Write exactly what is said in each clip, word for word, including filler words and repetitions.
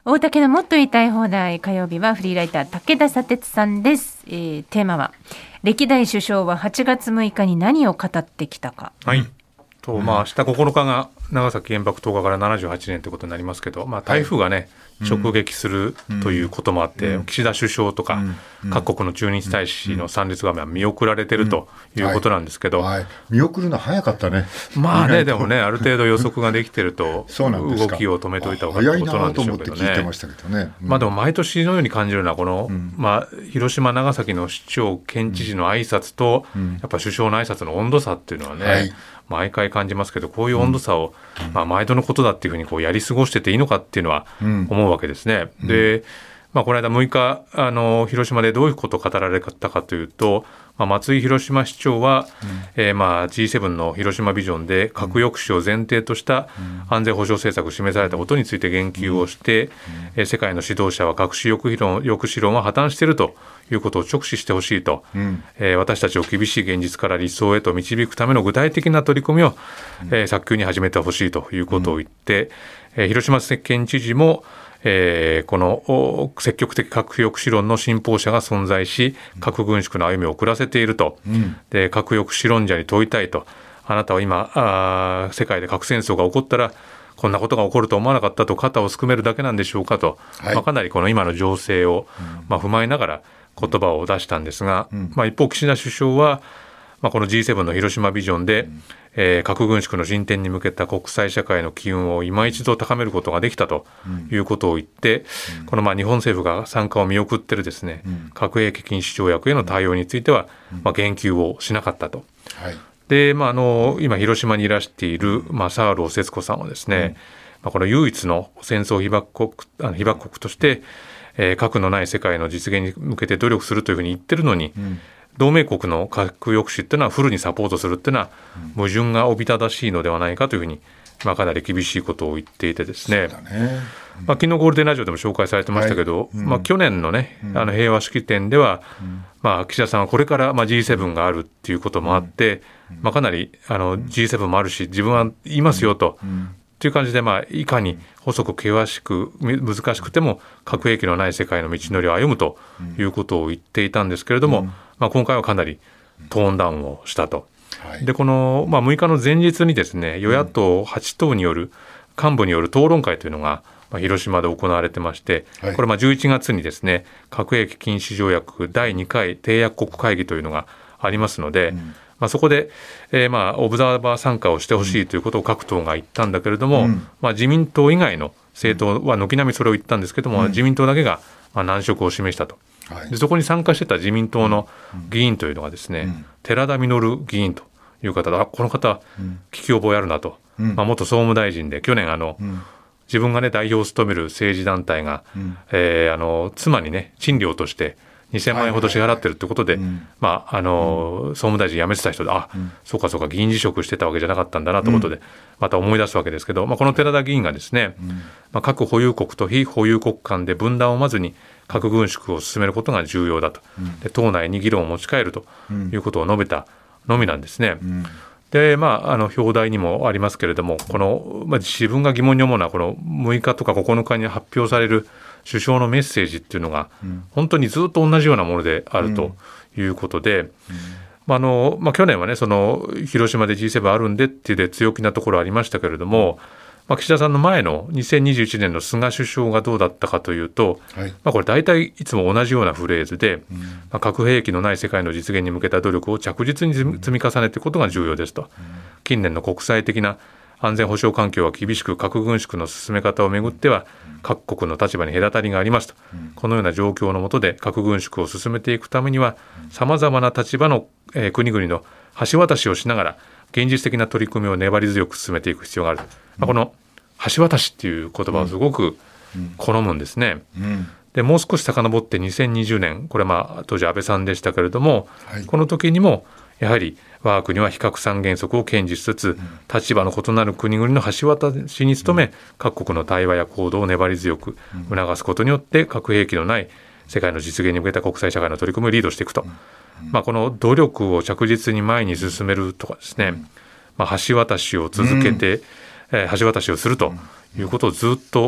大竹のもっと言いたい放題、火曜日はフリーライター武田砂鉄さんです。えー、テーマは歴代首相ははちがつむいかに何を語ってきたか。 はいとまあ、明日ここのかが長崎原爆投下からななじゅうはちねんということになりますけど、まあ、台風がね、はい、直撃するということもあって、うん、岸田首相とか、うん、各国の駐日大使の参列が見送られているということなんですけど、 うんはいはい、見送るの早かったね。 まあね、でもね、ある程度予測ができていると動きを止めておいた方がいいことなんでしょうけどね。まあでも毎年のように感じるのはこの、うんまあ、広島長崎の市長県知事の挨拶と、うん、やっぱ首相の挨拶の温度差っていうのはね、はい毎回感じますけど、こういう温度差を、うんまあ、毎度のことだっていうふうにこうやり過ごしてていいのかっていうのは思うわけですね。うん、で、まあ、この間むいかあの広島でどういうことを語られたかというと、まあ、松井広島市長は、うんえー、まあ ジーセブン の広島ビジョンで核抑止を前提とした安全保障政策を示されたことについて言及をして、うん、世界の指導者は核使抑止論、抑止論は破綻しているということを直視してほしいと、うんえー、私たちを厳しい現実から理想へと導くための具体的な取り組みを、うんえー、早急に始めてほしいということを言って、うんえー、広島県知事もえー、この積極的核抑止論の信奉者が存在し、核軍縮の歩みを遅らせていると、うん、で核抑止論者に問いたいと、あなたは今あ世界で核戦争が起こったらこんなことが起こると思わなかったと肩をすくめるだけなんでしょうかと、はいまあ、かなりこの今の情勢を、うんまあ、踏まえながら言葉を出したんですが、うんまあ、一方岸田首相は、まあ、この ジーセブン の広島ビジョンで、うんえー、核軍縮の進展に向けた国際社会の機運を今一度高めることができたということを言って、うん、このまあ日本政府が参加を見送っているですね、うん、核兵器禁止条約への対応については、うんまあ、言及をしなかったと、はいでまあ、あの今広島にいらしている、まあ、サーロー節子さんはですね、うんまあ、この唯一の戦争被爆国、あの被爆国として、えー、核のない世界の実現に向けて努力するというふうに言ってるのに、うん同盟国の核抑止っていうのはフルにサポートするっていうのは矛盾がおびただしいのではないかというふうに、まあ、かなり厳しいことを言っていてですね、そうだねうんまあ、昨日ゴールデンラジオでも紹介されてましたけど、はいうんまあ、去年のね、うん、あの平和式典では、うんまあ、岸田さんはこれからまあ ジーセブン があるっていうこともあって、うんまあ、かなりあの ジーセブン もあるし自分は言いますよと、うんうんという感じで、まあ、いかに細く険しく難しくても核兵器のない世界の道のりを歩むということを言っていたんですけれども、うんまあ、今回はかなりトーンダウンをしたと、はい、でこの、まあ、むいかの前日にですね与野党はち党による幹部による討論会というのが、まあ、広島で行われてまして、はい、これまあじゅういちがつにですね核兵器禁止条約だいにかい締約国会議というのがありますので、うんまあ、そこで、えー、まあオブザーバー参加をしてほしいということを各党が言ったんだけれども、うんまあ、自民党以外の政党は軒並みそれを言ったんですけども、うん、自民党だけがまあ難色を示したと、はい、でそこに参加してた自民党の議員というのがですね、うん、寺田稔議員という方で、あこの方聞き覚えあるなと、うんまあ、元総務大臣で去年あの、うん自分が、ね、代表を務める政治団体が、うんえー、あの妻に、ね、賃料としてにせんまんえんほど支払ってるということで、まああのうん、総務大臣辞めてた人であ、うん、そうかそうか議員辞職してたわけじゃなかったんだなということで、うん、また思い出すわけですけど、まあ、この寺田議員がですね、うんまあ、核保有国と非保有国間で分断をまずに核軍縮を進めることが重要だと、うん、で党内に議論を持ち帰るということを述べたのみなんですね、うんでまあ、あの表題にもありますけれどもこの、まあ、自分が疑問に思うのはこのむいかとかここのかに発表される首相のメッセージっていうのが本当にずっと同じようなものであるということで、うんうんまあのまあ、去年はねその広島で ジーセブン あるんでっていうで強気なところありましたけれども、まあ、岸田さんの前のにせんにじゅういちねんの菅首相がどうだったかというと、はいまあ、これ大体いつも同じようなフレーズで、うんまあ、核兵器のない世界の実現に向けた努力を着実に積み重ねていくことが重要ですと、うん、近年の国際的な安全保障環境は厳しく核軍縮の進め方をめぐっては各国の立場に隔たりがありますと、うん、このような状況の下で核軍縮を進めていくためにはさまざまな立場の、えー、国々の橋渡しをしながら現実的な取り組みを粘り強く進めていく必要がある、うんまあ、この橋渡しっていう言葉をすごく好むんですね、うんうん、でもう少し遡ってにせんにじゅうねんこれまあ当時安倍さんでしたけれども、はい、この時にもやはり我が国は非核三原則を堅持しつつ、うん、立場の異なる国々の橋渡しに努め、うん、各国の対話や行動を粘り強く促すことによって核兵器のない世界の実現に向けた国際社会の取り組みをリードしていくと、うんまあ、この努力を着実に前に進めるとかですね、まあ、橋渡しを続けて、うんえー、橋渡しをするということをずっと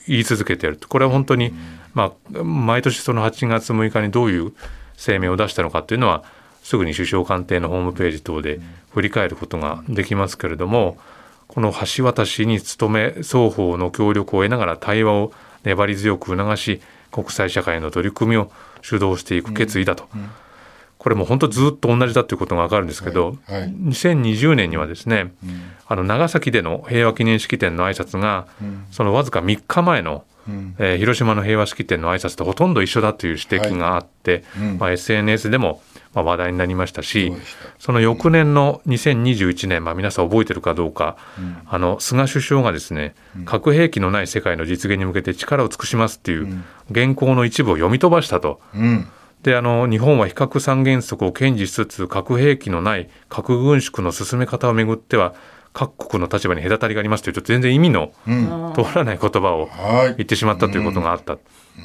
言い続けていると。これは本当に、まあ、毎年そのはちがつむいかにどういう声明を出したのかというのはすぐに首相官邸のホームページ等で振り返ることができますけれども、この橋渡しに努め双方の協力を得ながら対話を粘り強く促し国際社会の取り組みを主導していく決意だと、うんうん、これも本当ずっと同じだということが分かるんですけど、はいはい、にせんにじゅうねんにはですね、うん、あの長崎での平和記念式典の挨拶が、うん、そのわずかみっかまえの、うんえー、広島の平和式典の挨拶とほとんど一緒だという指摘があって、はいうんまあ、エスエヌエス でもまあ話題になりましたし、その翌年のにせんにじゅういちねん、まあ、皆さん覚えてるかどうか、うん、あの菅首相がですね、うん、核兵器のない世界の実現に向けて力を尽くしますっていう原稿の一部を読み飛ばしたと、うん、であの日本は非核三原則を堅持しつつ核兵器のない核軍縮の進め方をめぐっては各国の立場に隔たりがありますというちょっと全然意味の通らない言葉を言ってしまったということがあった、うん、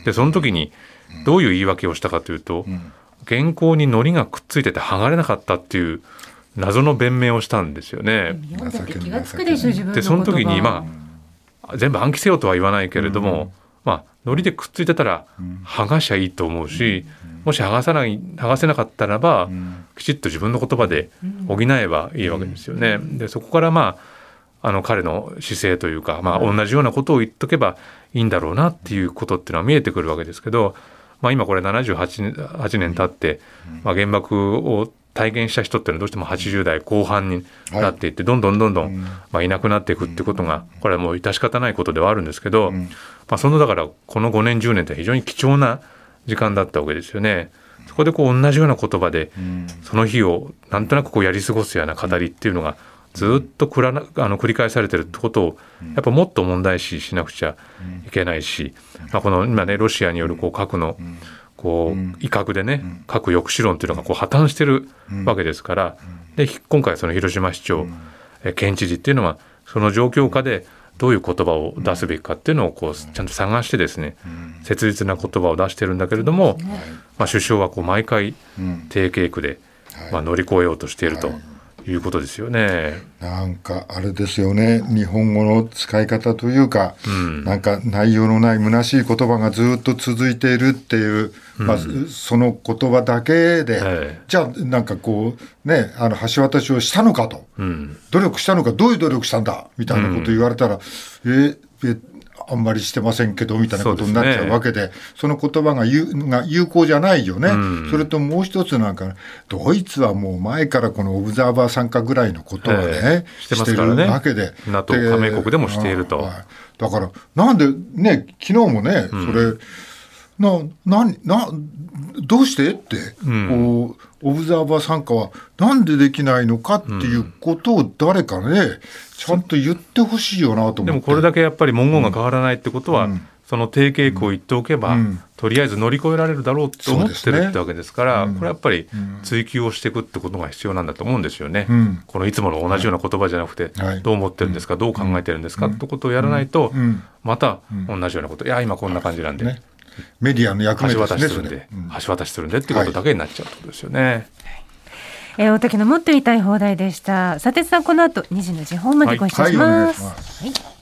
でその時にどういう言い訳をしたかというと、うん原稿に糊がくっついてて剥がれなかったっていう謎の弁明をしたんですよね。 読んでて気がつくでしょ自分のでその時に、まあ、全部暗記せよとは言わないけれども、うんまあ、糊でくっついてたら剥がしゃいいと思うし、うん、もし剥がさない剥がせなかったらば、うん、きちっと自分の言葉で補えばいいわけですよね。でそこから、まあ、あの彼の姿勢というか、まあ、同じようなことを言っとけばいいんだろうなっていうことっていうのは見えてくるわけですけど、まあ、今これななじゅうはちねん経って、まあ、原爆を体験した人っていうのはどうしてもはちじゅうだいこう半になっていってどんどんどんどんまあいなくなっていくっていうことがこれはもう致し方ないことではあるんですけど、まあ、そのだからこのごねんじゅうねんって非常に貴重な時間だったわけですよね。そこでこう同じような言葉でその日をなんとなくこうやり過ごすような語りっていうのがずっとくらなあの繰り返されているってことをやっぱもっと問題視しなくちゃいけないし、まあ、この今ねロシアによるこう核のこう威嚇でね核抑止論というのがこう破綻してるわけですから、で今回その広島市長県知事っていうのはその状況下でどういう言葉を出すべきかっていうのをこうちゃんと探してですね切実な言葉を出してるんだけれども、まあ、首相はこう毎回低稽古でまあ乗り越えようとしているということですよね。 なんかあれですよね、日本語の使い方というか、うん、なんか内容のない虚しい言葉がずっと続いているっていう、うんまあ、その言葉だけで、はい、じゃあなんかこうねあの橋渡しをしたのかと、うん、努力したのかどういう努力したんだみたいなこと言われたら、うん、ええあんまりしてませんけどみたいなことになっちゃうわけ で, そ, で、ね、その言葉が 有, が有効じゃないよね、うん、それともう一つなんかドイツはもう前からこのオブザーバー参加ぐらいのことはね、 えー、してますからね、 してるわけで NATO 加盟国でもしていると、はい、 だからなんでね昨日もね、うん、それなななどうしてって、うん、こうオブザーバー参加はなんでできないのかっていうことを誰かねちゃんと言ってほしいよなと思って。 でもこれだけやっぱり文言が変わらないってことは、うん、その低傾向を言っておけば、うん、とりあえず乗り越えられるだろうと思ってるってわけですから、ねうん、これやっぱり追求をしていくってことが必要なんだと思うんですよね、うん、このいつもの同じような言葉じゃなくて、はい、どう思ってるんですか、どう考えてるんですか、うん、ってことをやらないと、うん、また同じようなこと、いや今こんな感じなんで、ね、 メディアの役目ですね、 橋渡しするんで、うん、橋渡しするんでってことだけになっちゃうってことですよね、はいえー、大竹のもっと言いたい放題でした。佐哲さんこの後にじの時報までご一緒します。はいはい